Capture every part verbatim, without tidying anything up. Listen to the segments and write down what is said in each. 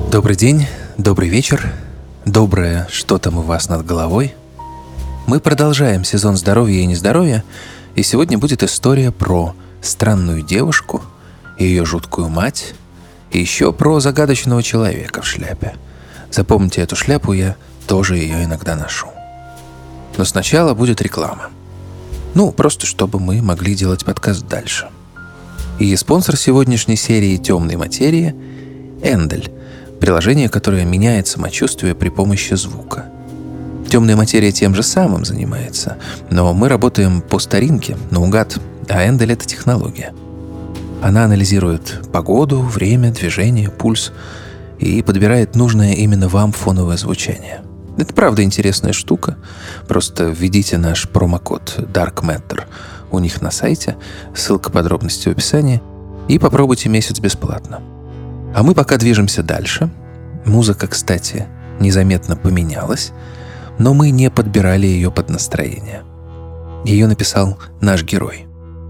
Добрый день, добрый вечер, доброе что там у вас над головой. Мы продолжаем сезон здоровья и нездоровья, и сегодня будет история про странную девушку, ее жуткую мать, и еще про загадочного человека в шляпе. Запомните эту шляпу, я тоже ее иногда ношу. Но сначала будет реклама. Ну, просто чтобы мы могли делать подкаст дальше. И спонсор сегодняшней серии «Темной материи» — Эндель, приложение, которое меняет самочувствие при помощи звука. «Темная материя» тем же самым занимается, но мы работаем по старинке, наугад, а Эндель — это технология. Она анализирует погоду, время, движение, пульс и подбирает нужное именно вам фоновое звучание. Это правда интересная штука. Просто введите наш промокод Dark Matter у них на сайте, ссылка подробности в описании, и попробуйте месяц бесплатно. А мы пока движемся дальше. Музыка, кстати, незаметно поменялась, но мы не подбирали ее под настроение. Ее написал наш герой.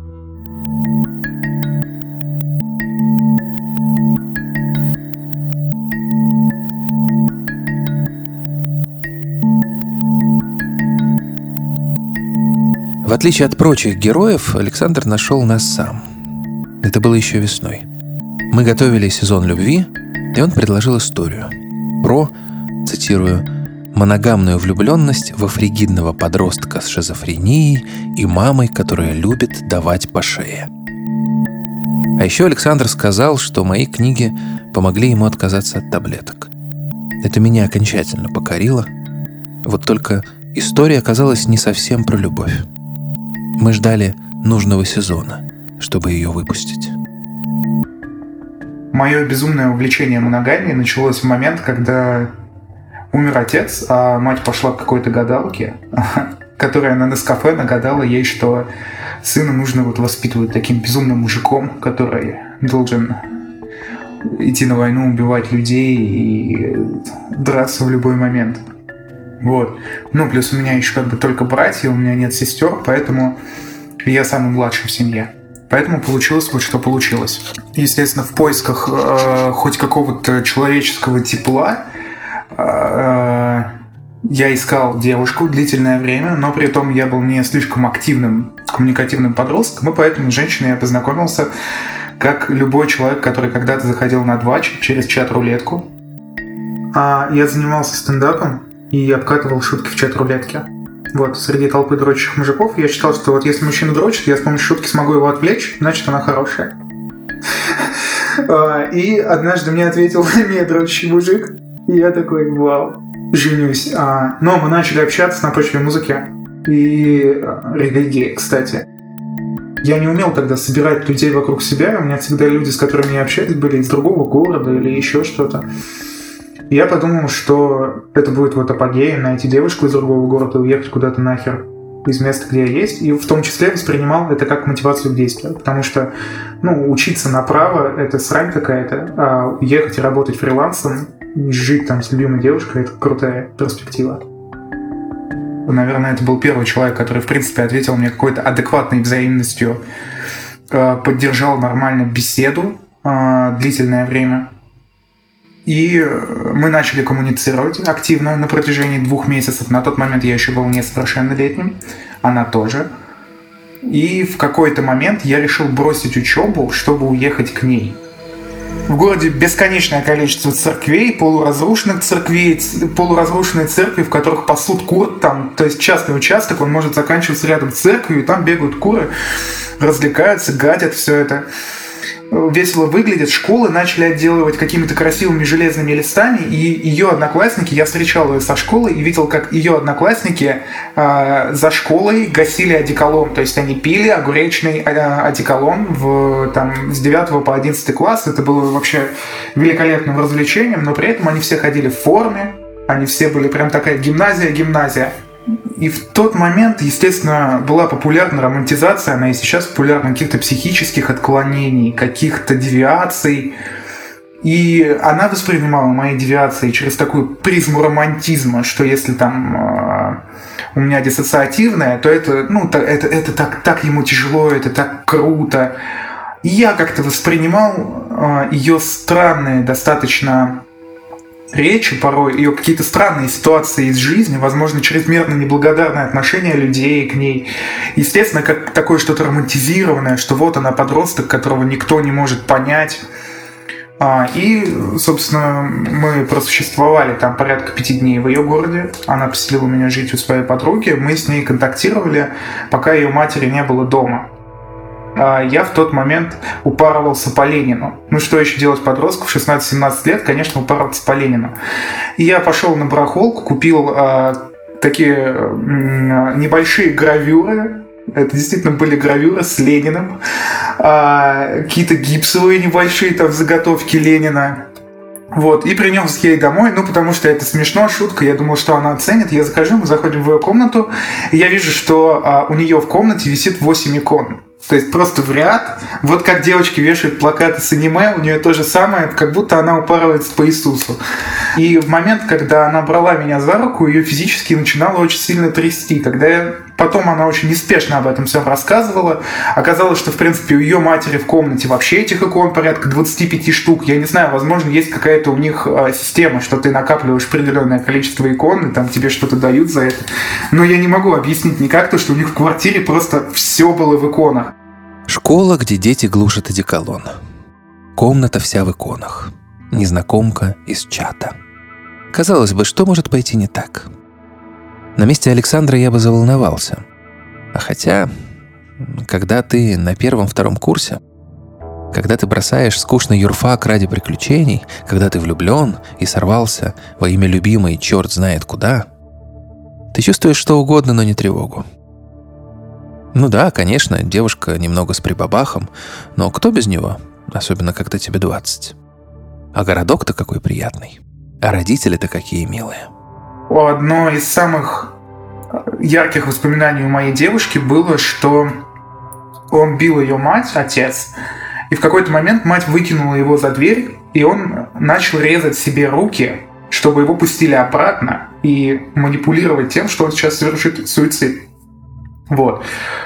В отличие от прочих героев, Александр нашел нас сам. Это было еще весной. Мы готовили сезон любви, и он предложил историю про, цитирую, «моногамную влюбленность во фригидного подростка с шизофренией и мамой, которая любит давать по шее». А еще Александр сказал, что мои книги помогли ему отказаться от таблеток. Это меня окончательно покорило. Вот только история оказалась не совсем про любовь. Мы ждали нужного сезона, чтобы ее выпустить. Мое безумное увлечение моногамией началось в момент, когда умер отец, а мать пошла к какой-то гадалке, которая на Нескафе нагадала ей, что сына нужно вот воспитывать таким безумным мужиком, который должен идти на войну, убивать людей и драться в любой момент. Вот. Ну, плюс у меня еще как бы только братья, у меня нет сестер, поэтому я самый младший в семье. Поэтому получилось вот что получилось. Естественно, в поисках э, хоть какого-то человеческого тепла э, я искал девушку длительное время, но при этом я был не слишком активным коммуникативным подростком, и поэтому с женщиной я познакомился как любой человек, который когда-то заходил на двач через чат-рулетку. А я занимался стендапом и обкатывал шутки в чат-рулетке. Вот, среди толпы дрочащих мужиков я считал, что вот если мужчина дрочит, я с помощью шутки смогу его отвлечь, значит, она хорошая. И однажды мне ответил мне дрочащий мужик, и я такой, вау, женюсь. Но мы начали общаться на почве музыки и религии, кстати. Я не умел тогда собирать людей вокруг себя, у меня всегда люди, с которыми я общаюсь, были из другого города или еще что-то. Я подумал, что это будет вот апогеем найти девушку из другого города и уехать куда-то нахер из места, где я есть. И в том числе воспринимал это как мотивацию к действию. Потому что, ну, учиться направо — это срань какая-то, а ехать и работать фрилансом, жить там с любимой девушкой — это крутая перспектива. Наверное, это был первый человек, который, в принципе, ответил мне какой-то адекватной взаимностью, поддержал нормально беседу длительное время. И мы начали коммуницировать активно на протяжении двух месяцев. На тот момент я еще был несовершеннолетним, она тоже. И в какой-то момент я решил бросить учебу, чтобы уехать к ней. В городе бесконечное количество церквей, полуразрушенных церквей, полуразрушенные церкви, в которых пасут кур. Там, то есть частный участок, он может заканчиваться рядом с церковью, и там бегают куры, развлекаются, гадят, все это весело выглядит. Школы начали отделывать какими-то красивыми железными листами, и ее одноклассники, я встречал ее со школы и видел, как ее одноклассники э, за школой гасили одеколон, то есть они пили огуречный э, одеколон в, там, с девятого по одиннадцатый класс. Это было вообще великолепным развлечением, но при этом они все ходили в форме, они все были прям такая гимназия-гимназия. И в тот момент, естественно, была популярна романтизация, она и сейчас популярна, каких-то психических отклонений, каких-то девиаций. И она воспринимала мои девиации через такую призму романтизма, что если там э, у меня диссоциативное, то это, ну, это, это так, так ему тяжело, это так круто. И я как-то воспринимал э, ее странные, достаточно речи порой, ее какие-то странные ситуации из жизни, возможно, чрезмерно неблагодарное отношение людей к ней. Естественно, как такое что-то романтизированное, что вот она подросток, которого никто не может понять. И, собственно, мы просуществовали там порядка пяти дней в ее городе. Она поселила меня жить у своей подруги. Мы с ней контактировали, пока ее матери не было дома. Я в тот момент упарывался по Ленину. Ну, что еще делать подростку в шестнадцать-семнадцать лет? Конечно, упарываться по Ленину. И я пошел на барахолку, купил э, такие э, небольшие гравюры. Это действительно были гравюры с Лениным. Э, какие-то гипсовые небольшие там заготовки Ленина. Вот, и принес ей домой, ну, потому что это смешно, шутка, я думал, что она оценит. Я захожу, мы заходим в ее комнату, и я вижу, что а, у нее в комнате висит восемь икон. То есть просто в ряд. Вот как девочки вешают плакаты с аниме, у нее то же самое, как будто она упарывается по Иисусу. И в момент, когда она брала меня за руку, ее физически начинало очень сильно трясти. Когда я... Потом она очень неспешно об этом всем рассказывала. Оказалось, что, в принципе, у ее матери в комнате вообще этих икон порядка двадцать пять штук. Я не знаю, возможно, есть какая-то у них э, система, что ты накапливаешь определенное количество икон, и там тебе что-то дают за это. Но я не могу объяснить никак то, что у них в квартире просто все было в иконах. Школа, где дети глушат одеколон. Комната вся в иконах. Незнакомка из чата. Казалось бы, что может пойти не так? На месте Александра я бы заволновался. А хотя, когда ты на первом-втором курсе, когда ты бросаешь скучный юрфак ради приключений, когда ты влюблен и сорвался во имя любимой черт знает куда, ты чувствуешь что угодно, но не тревогу. Ну да, конечно, девушка немного с прибабахом, но кто без него, особенно когда тебе двадцать. А городок-то какой приятный, а родители-то какие милые. Одно из самых ярких воспоминаний у моей девушки было, что он бил ее мать, отец, и в какой-то момент мать выкинула его за дверь, и он начал резать себе руки, чтобы его пустили обратно, и манипулировать тем, что он сейчас совершит суицид. Вот.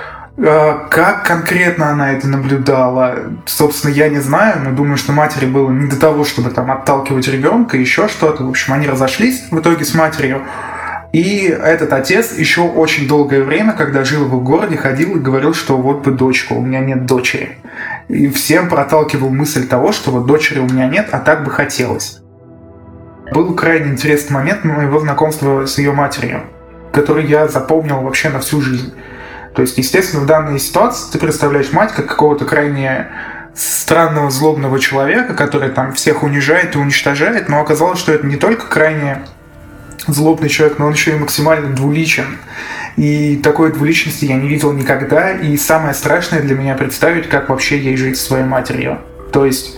Как конкретно она это наблюдала, собственно, я не знаю, но думаю, что матери было не до того, чтобы там отталкивать ребенка, еще что-то. В общем, они разошлись в итоге с матерью. И этот отец еще очень долгое время, когда жил в городе, ходил и говорил, что вот бы дочка, у меня нет дочери. И всем проталкивал мысль того, что вот дочери у меня нет, а так бы хотелось. Был крайне интересный момент моего знакомства с ее матерью, который я запомнил вообще на всю жизнь. То есть, естественно, в данной ситуации ты представляешь мать как какого-то крайне странного, злобного человека, который там всех унижает и уничтожает, но оказалось, что это не только крайне злобный человек, но он еще и максимально двуличен. И такой двуличности я не видел никогда, и самое страшное для меня представить, как вообще ей жить со своей матерью. То есть...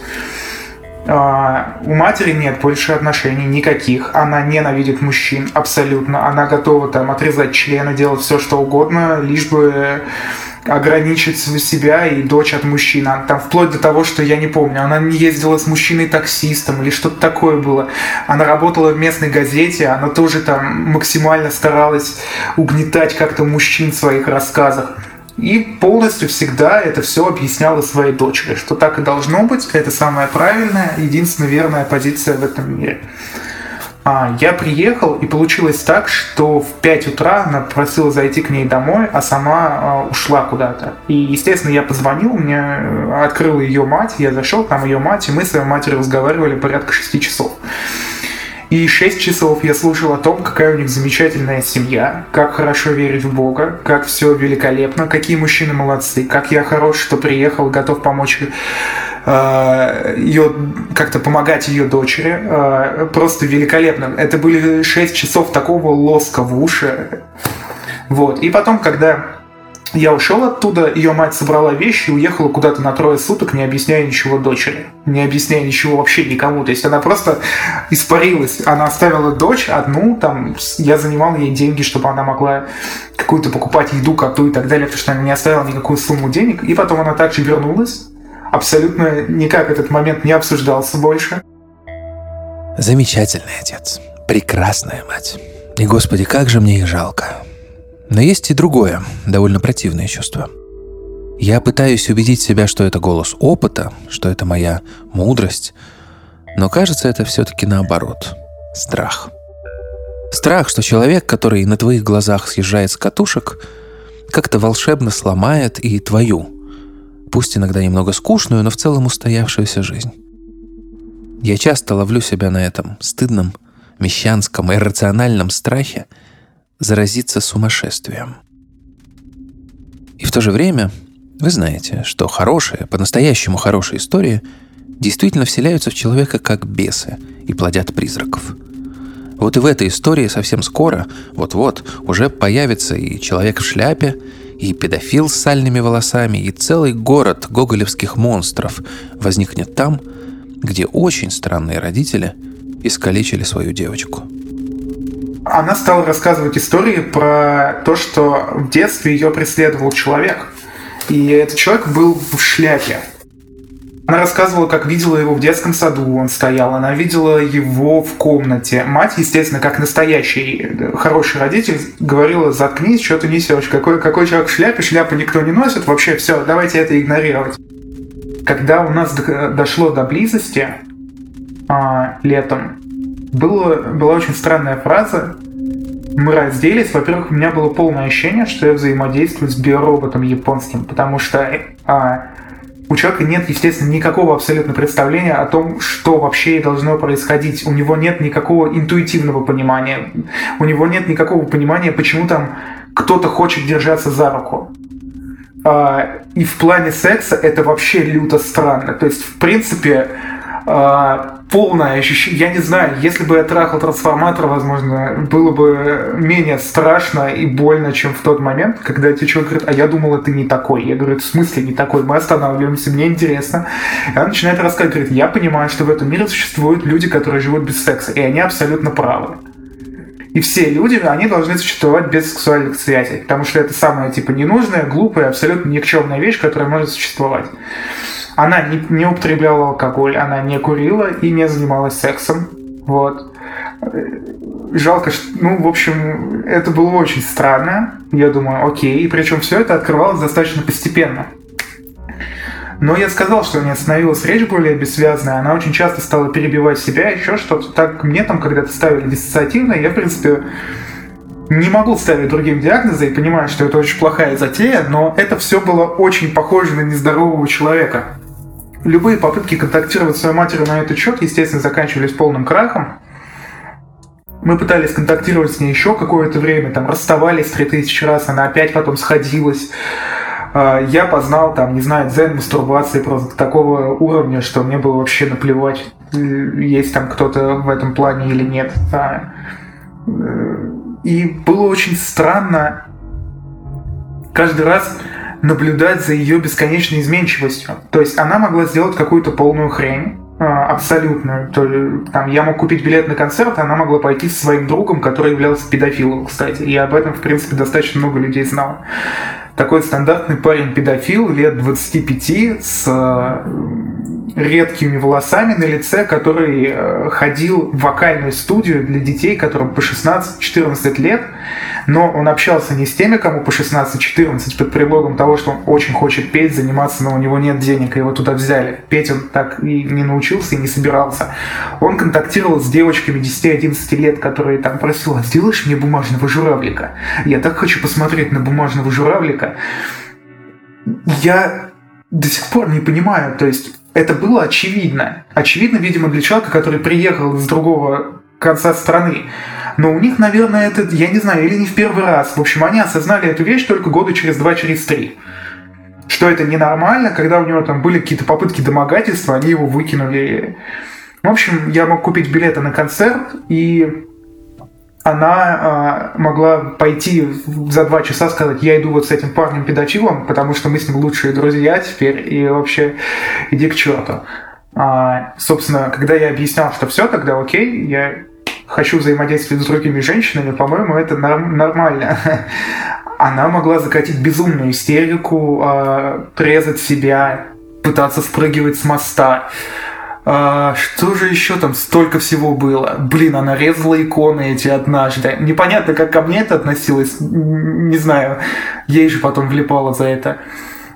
у матери нет больше отношений никаких. Она ненавидит мужчин абсолютно. Она готова там отрезать члены, делать все, что угодно, лишь бы ограничить себя и дочь от мужчин. Там вплоть до того, что я не помню, она не ездила с мужчиной-таксистом или что-то такое было. Она работала в местной газете, она тоже там максимально старалась угнетать как-то мужчин в своих рассказах. И полностью всегда это все объясняла своей дочери, что так и должно быть, это самая правильная, единственная верная позиция в этом мире. А, я приехал, и получилось так, что в пять утра она просила зайти к ней домой, а сама а, ушла куда-то. И, естественно, я позвонил, мне открыла ее мать, я зашел, там ее мать, и мы с своей матерью разговаривали порядка шести часов. И шесть часов я слушал о том, какая у них замечательная семья, как хорошо верить в Бога, как все великолепно, какие мужчины молодцы, как я хорош, что приехал, готов помочь э, ее, как-то помогать ее дочери. Э, просто великолепно. Это были шесть часов такого лоска в уши. Вот. И потом, когда я ушел оттуда, ее мать собрала вещи и уехала куда-то на трое суток, не объясняя ничего дочери, не объясняя ничего вообще никому. То есть она просто испарилась. Она оставила дочь одну, там, я занимал ей деньги, чтобы она могла какую-то покупать еду коту и так далее, потому что она не оставила никакую сумму денег. И потом она также вернулась. Абсолютно никак этот момент не обсуждался больше. Замечательный отец. Прекрасная мать. И, Господи, как же мне их жалко. Но есть и другое, довольно противное чувство. Я пытаюсь убедить себя, что это голос опыта, что это моя мудрость, но кажется, это все-таки наоборот. Страх. Страх, что человек, который на твоих глазах съезжает с катушек, как-то волшебно сломает и твою, пусть иногда немного скучную, но в целом устоявшуюся жизнь. Я часто ловлю себя на этом стыдном, мещанском, иррациональном страхе заразиться сумасшествием. И в то же время вы знаете, что хорошие, по-настоящему хорошие истории действительно вселяются в человека как бесы и плодят призраков. Вот и в этой истории совсем скоро, вот-вот, уже появится и человек в шляпе, и педофил с сальными волосами, и целый город гоголевских монстров возникнет там, где очень странные родители искалечили свою девочку. Она стала рассказывать истории про то, что в детстве ее преследовал человек. И этот человек был в шляпе. Она рассказывала, как видела его в детском саду, он стоял. Она видела его в комнате. Мать, естественно, как настоящий хороший родитель, говорила: заткнись, что ты несешь. Какой, какой человек в шляпе? Шляпу никто не носит. Вообще все, давайте это игнорировать. Когда у нас дошло до близости а, летом, было, была очень странная фраза. Мы разделись. Во-первых, у меня было полное ощущение, что я взаимодействую с биороботом японским, потому что а, у человека нет, естественно, никакого абсолютно представления о том, что вообще должно происходить. У него нет никакого интуитивного понимания. У него нет никакого понимания, почему там кто-то хочет держаться за руку. А, и в плане секса это вообще люто странно. То есть, в принципе, а, полное ощущение... Я не знаю, если бы я трахал трансформатор, возможно, было бы менее страшно и больно, чем в тот момент, когда тебе человек говорит: а я думала, ты не такой. Я говорю: в смысле не такой? Мы останавливаемся, мне интересно. И она начинает рассказывать, говорит: я понимаю, что в этом мире существуют люди, которые живут без секса, и они абсолютно правы. И все люди, они должны существовать без сексуальных связей, потому что это самая, типа, ненужная, глупая, абсолютно никчемная вещь, которая может существовать. Она не, не употребляла алкоголь, она не курила и не занималась сексом. Вот. Жалко, что... Ну, в общем, это было очень странно. Я думаю, окей. И причем все это открывалось достаточно постепенно. Но я сказал, что у нее становилась речь более бессвязная. Она очень часто стала перебивать себя, еще что-то. Так мне там когда-то ставили диссоциативное. Я, в принципе, не могу ставить другим диагнозы и понимаю, что это очень плохая затея, но это все было очень похоже на нездорового человека. Любые попытки контактировать с своей матерью на этот счет, естественно, заканчивались полным крахом. Мы пытались контактировать с ней еще какое-то время, там, расставались три тысячи раз, она опять потом сходилась. Я познал, там, не знаю, дзен-мастурбации просто такого уровня, что мне было вообще наплевать, есть там кто-то в этом плане или нет. И было очень странно каждый раз наблюдать за ее бесконечной изменчивостью. То есть она могла сделать какую-то полную хрень, абсолютную. То, там, я мог купить билет на концерт, а она могла пойти со своим другом, который являлся педофилом, кстати. И об этом, в принципе, достаточно много людей знало. Такой стандартный парень-педофил лет двадцати пяти с редкими волосами на лице, который ходил в вокальную студию для детей, которым по шестнадцать-четырнадцать лет, но он общался не с теми, кому по шестнадцать-четырнадцать, под предлогом того, что он очень хочет петь, заниматься, но у него нет денег, и его туда взяли. Петь он так и не научился, и не собирался. Он контактировал с девочками десяти-одиннадцати лет, которые там просили: сделаешь мне бумажного журавлика? Я так хочу посмотреть на бумажного журавлика. Я до сих пор не понимаю, то есть это было очевидно. Очевидно, видимо, для человека, который приехал с другого конца страны. Но у них, наверное, это, я не знаю, или не в первый раз. В общем, они осознали эту вещь только года через два, через три. Что это ненормально, когда у него там были какие-то попытки домогательства, они его выкинули. В общем, я мог купить билеты на концерт, и она э, могла пойти за два часа сказать: я иду вот с этим парнем-педофилом, потому что мы с ним лучшие друзья теперь, и вообще иди к черту. А, собственно, когда я объяснял, что все, тогда окей, я хочу взаимодействовать с другими женщинами, по-моему, это норм- нормально. Она могла закатить безумную истерику, э, резать себя, пытаться спрыгивать с моста. А, что же еще там столько всего было? Блин, она резала иконы эти однажды. Непонятно, как ко мне это относилось. Не знаю. Ей же потом влипало за это.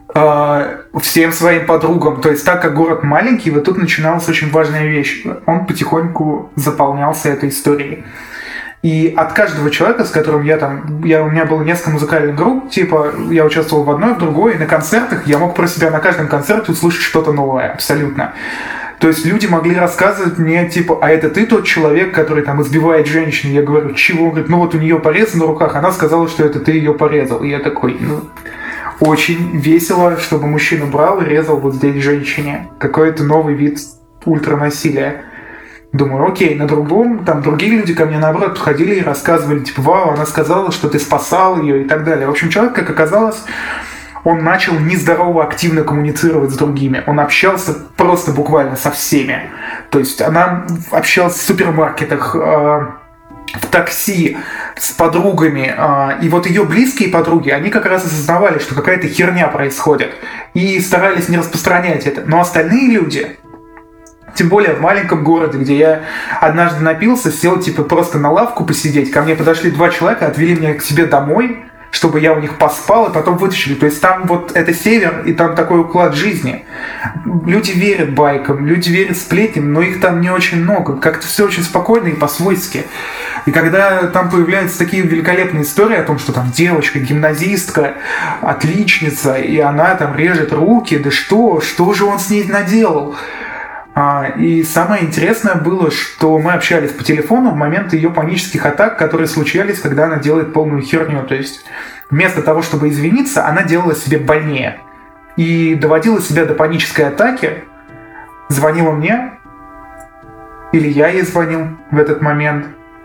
э, всем своим подругам. То есть так как город маленький, вот тут начиналась очень важная вещь. Он потихоньку заполнялся этой историей. И от каждого человека, с которым я там... Я, у меня было несколько музыкальных групп, типа я участвовал в одной, в другой, и на концертах я мог про себя на каждом концерте услышать что-то новое, абсолютно. То есть люди могли рассказывать мне, типа, а это ты тот человек, который там избивает женщин? Я говорю, чего? Он говорит, ну вот у нее порез на руках, она сказала, что это ты ее порезал. И я такой, ну... Очень весело, чтобы мужчина брал и резал вот здесь женщине. Какой-то новый вид ультранасилия. Думаю, окей, на другом, там другие люди ко мне наоборот подходили и рассказывали, типа, вау, она сказала, что ты спасал ее и так далее. В общем, человек, как оказалось, он начал нездорово активно коммуницировать с другими. Он общался просто буквально со всеми. То есть она общалась в супермаркетах, э, в такси, с подругами. Э, и вот ее близкие подруги, они как раз осознавали, что какая-то херня происходит. И старались не распространять это. Но остальные люди... Тем более в маленьком городе, где я однажды напился, сел типа просто на лавку посидеть. Ко мне подошли два человека, отвели меня к себе домой, чтобы я у них поспал, и потом вытащили. То есть там вот это север, и там такой уклад жизни. Люди верят байкам, люди верят сплетням, но их там не очень много. Как-то все очень спокойно и по-свойски. И когда там появляются такие великолепные истории о том, что там девочка, гимназистка, отличница, и она там режет руки, да что, что же он с ней наделал? И самое интересное было, что мы общались по телефону в момент ее панических атак, которые случались, когда она делает полную херню. То есть вместо того, чтобы извиниться, она делала себе больнее. И доводила себя до панической атаки, звонила мне, или я ей звонил в этот момент.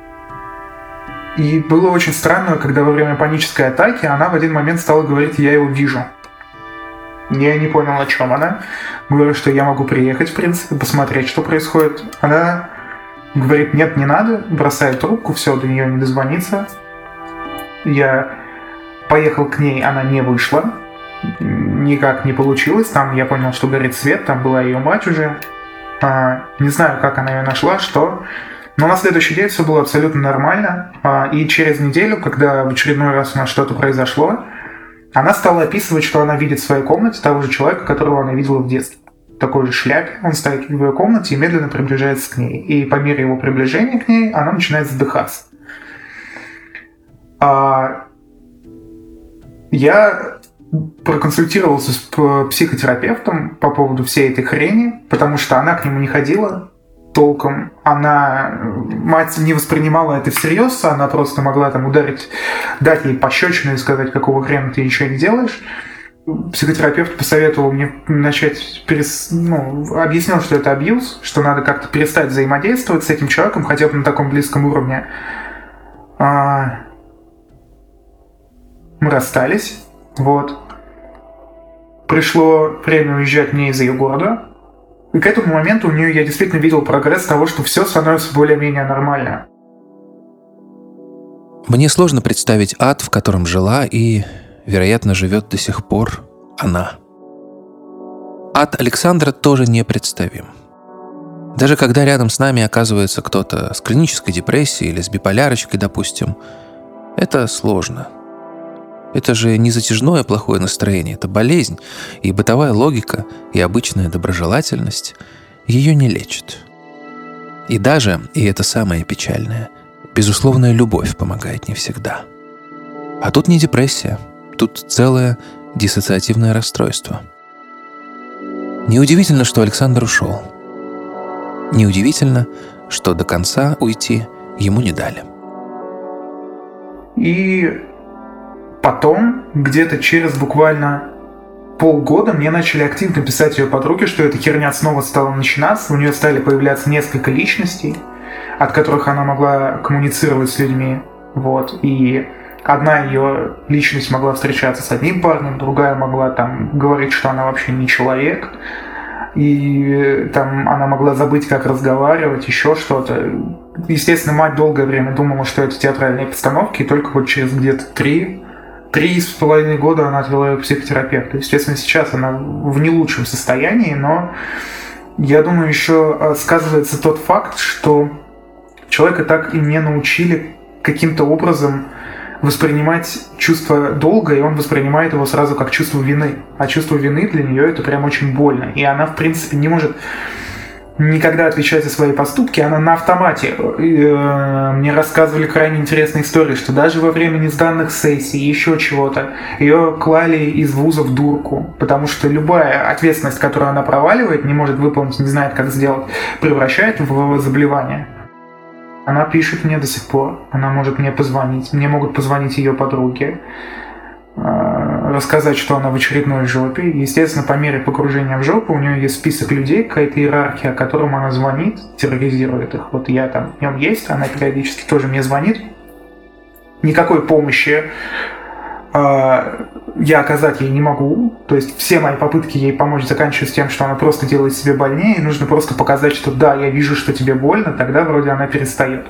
И было очень странно, когда во время панической атаки она в один момент стала говорить «я его вижу». Я не понял, о чем она. Говорю, что я могу приехать, в принципе, посмотреть, что происходит. Она говорит, нет, не надо, бросает трубку, все, до нее не дозвониться. Я поехал к ней, она не вышла. Никак не получилось. Там я понял, что горит свет, там была ее мать уже. А, не знаю, как она ее нашла, что... Но на следующий день все было абсолютно нормально. А, и через неделю, когда в очередной раз у нас что-то произошло, она стала описывать, что она видит в своей комнате того же человека, которого она видела в детстве. В такой же шляпе. Он стоит в ее комнате и медленно приближается к ней. И по мере его приближения к ней она начинает задыхаться. А... Я проконсультировался с психотерапевтом по поводу всей этой хрени, потому что она к нему не ходила толком. Она, мать не воспринимала это всерьез, она просто могла там ударить, дать ей пощечину и сказать, какого хрена ты ничего не делаешь. Психотерапевт посоветовал мне начать, перес... ну, объяснил, что это абьюз, что надо как-то перестать взаимодействовать с этим человеком, хотя бы на таком близком уровне. А... Мы расстались, вот. Пришло время уезжать мне из ее города. И к этому моменту у нее я действительно видел прогресс того, что все становится более-менее нормально. Мне сложно представить ад, в котором жила и, вероятно, живет до сих пор она. Ад Александра тоже непредставим. Даже когда рядом с нами оказывается кто-то с клинической депрессией или с биполярочкой, допустим, это сложно. Это же не затяжное плохое настроение, это болезнь, и бытовая логика, и обычная доброжелательность ее не лечат. И даже, и это самое печальное, безусловная любовь помогает не всегда. А тут не депрессия, тут целое диссоциативное расстройство. Неудивительно, что Александр ушел. Неудивительно, что до конца уйти ему не дали. И потом, где-то через буквально полгода, мне начали активно писать ее подруги, что эта херня снова стала начинаться, у нее стали появляться несколько личностей, от которых она могла коммуницировать с людьми, вот, и одна ее личность могла встречаться с одним парнем, другая могла там говорить, что она вообще не человек, и там она могла забыть, как разговаривать, еще что-то. Естественно, мать долгое время думала, что это театральные постановки, и только вот через где-то три Три с половиной года она отвела ее к психотерапевту. Естественно, сейчас она в не лучшем состоянии, но я думаю, еще сказывается тот факт, что человека так и не научили каким-то образом воспринимать чувство долга, и он воспринимает его сразу как чувство вины. А чувство вины для нее это прям очень больно. И она, в принципе, не может никогда отвечать за свои поступки, она на автомате. Мне рассказывали крайне интересные истории, что даже во время несданных сессий, еще чего-то, ее клали из вуза в дурку, потому что любая ответственность, которую она проваливает, не может выполнить, не знает, как сделать, превращает в заболевание. Она пишет мне до сих пор, она может мне позвонить, мне могут позвонить ее подруги, рассказать, что она в очередной жопе. Естественно, по мере погружения в жопу у нее есть список людей, какая-то иерархия, которым она звонит, терроризирует их. Вот я там в нем есть, она периодически тоже мне звонит. Никакой помощи э, я оказать ей не могу. То есть все мои попытки ей помочь заканчиваются тем, что она просто делает себе больнее. И нужно просто показать, что да, я вижу, что тебе больно, тогда вроде она перестает.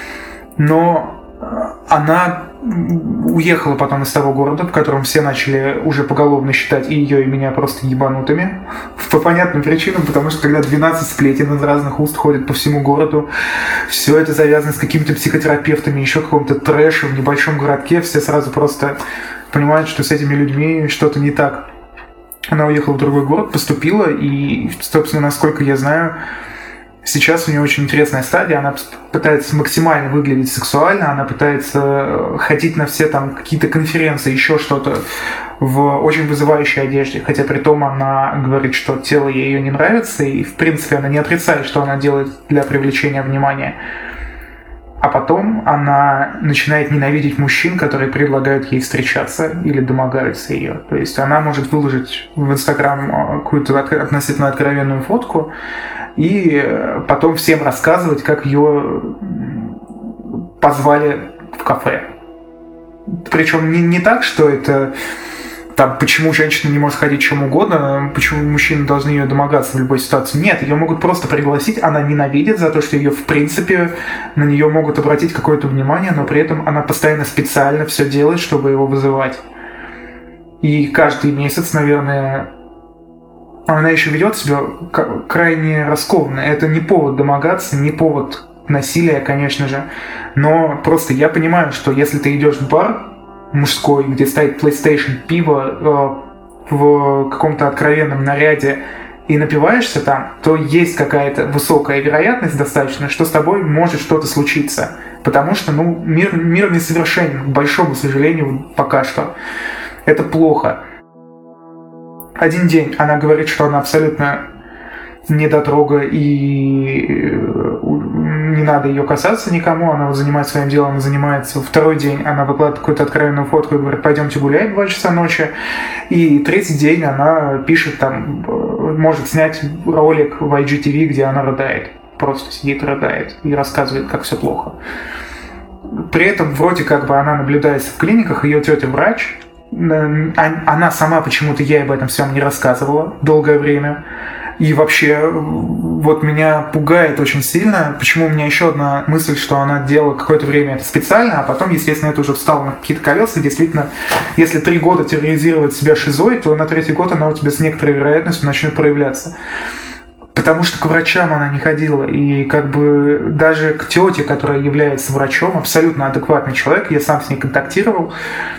Но она уехала потом из того города, в котором все начали уже поголовно считать и ее, и меня просто ебанутыми. По понятным причинам, потому что когда двенадцать сплетен из разных уст ходят по всему городу, все это завязано с какими-то психотерапевтами, еще каком-то трэше в небольшом городке, все сразу просто понимают, что с этими людьми что-то не так. Она уехала в другой город, поступила, и, собственно, насколько я знаю, сейчас у нее очень интересная стадия, она пытается максимально выглядеть сексуально, она пытается ходить на все там какие-то конференции, еще что-то в очень вызывающей одежде, хотя при том она говорит, что тело ей ее не нравится, и в принципе она не отрицает, что она делает для привлечения внимания. А потом она начинает ненавидеть мужчин, которые предлагают ей встречаться или домогаются ее. То есть она может выложить в Инстаграм какую-то относительно откровенную фотку, и потом всем рассказывать, как ее позвали в кафе. Причем не, не так, что это там, почему женщина не может ходить чем угодно, почему мужчины должны ее домогаться в любой ситуации. Нет, ее могут просто пригласить, она ненавидит за то, что ее в принципе на нее могут обратить какое-то внимание, но при этом она постоянно специально все делает, чтобы его вызывать. И каждый месяц, наверное, она еще ведет себя крайне раскованно. Это не повод домогаться, не повод насилия, конечно же. Но просто я понимаю, что если ты идешь в бар мужской, где стоит PlayStation, пиво э, в каком-то откровенном наряде и напиваешься там, то есть какая-то высокая вероятность достаточно, что с тобой может что-то случиться. Потому что ну, мир, мир несовершенен, к большому сожалению, пока что. Это плохо. Один день она говорит, что она абсолютно недотрога и не надо ее касаться никому, она вот занимается своим делом, занимается. Второй день она выкладывает какую-то откровенную фотку и говорит, пойдемте гулять в два часа ночи. И третий день она пишет там, может снять ролик в ай джи ти ви, где она рыдает. Просто сидит, рыдает и рассказывает, как все плохо. При этом вроде как бы она наблюдается в клиниках, ее тетя врач, она сама почему-то ей об этом всем не рассказывала долгое время. И вообще, вот меня пугает очень сильно, почему у меня еще одна мысль, что она делала какое-то время это специально, а потом, естественно, это уже встало на какие-то колеса. Действительно, если три года терроризировать себя шизой, то на третий год она у тебя с некоторой вероятностью начнет проявляться. Потому что к врачам она не ходила. И как бы даже к тете, которая является врачом, абсолютно адекватный человек, я сам с ней контактировал,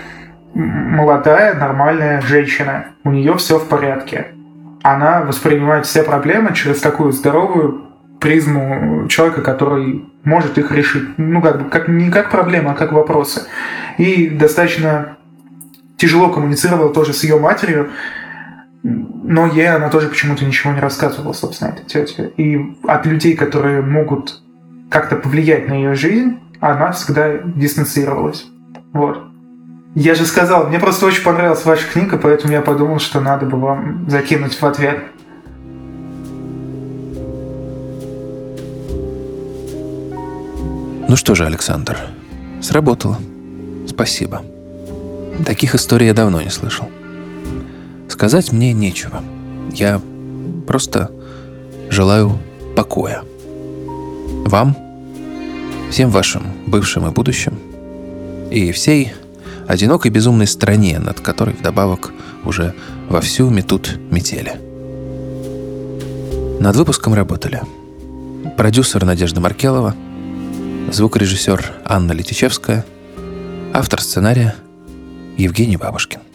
молодая, нормальная женщина, у нее все в порядке. Она воспринимает все проблемы через такую здоровую призму человека, который может их решить. Ну, как бы, как, не как проблемы, а как вопросы. И достаточно тяжело коммуницировала тоже с ее матерью, но ей она тоже почему-то ничего не рассказывала, собственно, этой тете. И от людей, которые могут как-то повлиять на ее жизнь, она всегда дистанцировалась. Вот. Я же сказал, мне просто очень понравилась ваша книга, поэтому я подумал, что надо бы вам закинуть в ответ. Ну что же, Александр, сработало. Спасибо. Таких историй я давно не слышал. Сказать мне нечего. Я просто желаю покоя. Вам, всем вашим бывшим и будущим, и всей одинокой безумной стране, над которой вдобавок уже вовсю метут метели. Над выпуском работали продюсер Надежда Маркелова, звукорежиссер Анна Летичевская, Автор сценария Евгений Бабушкин.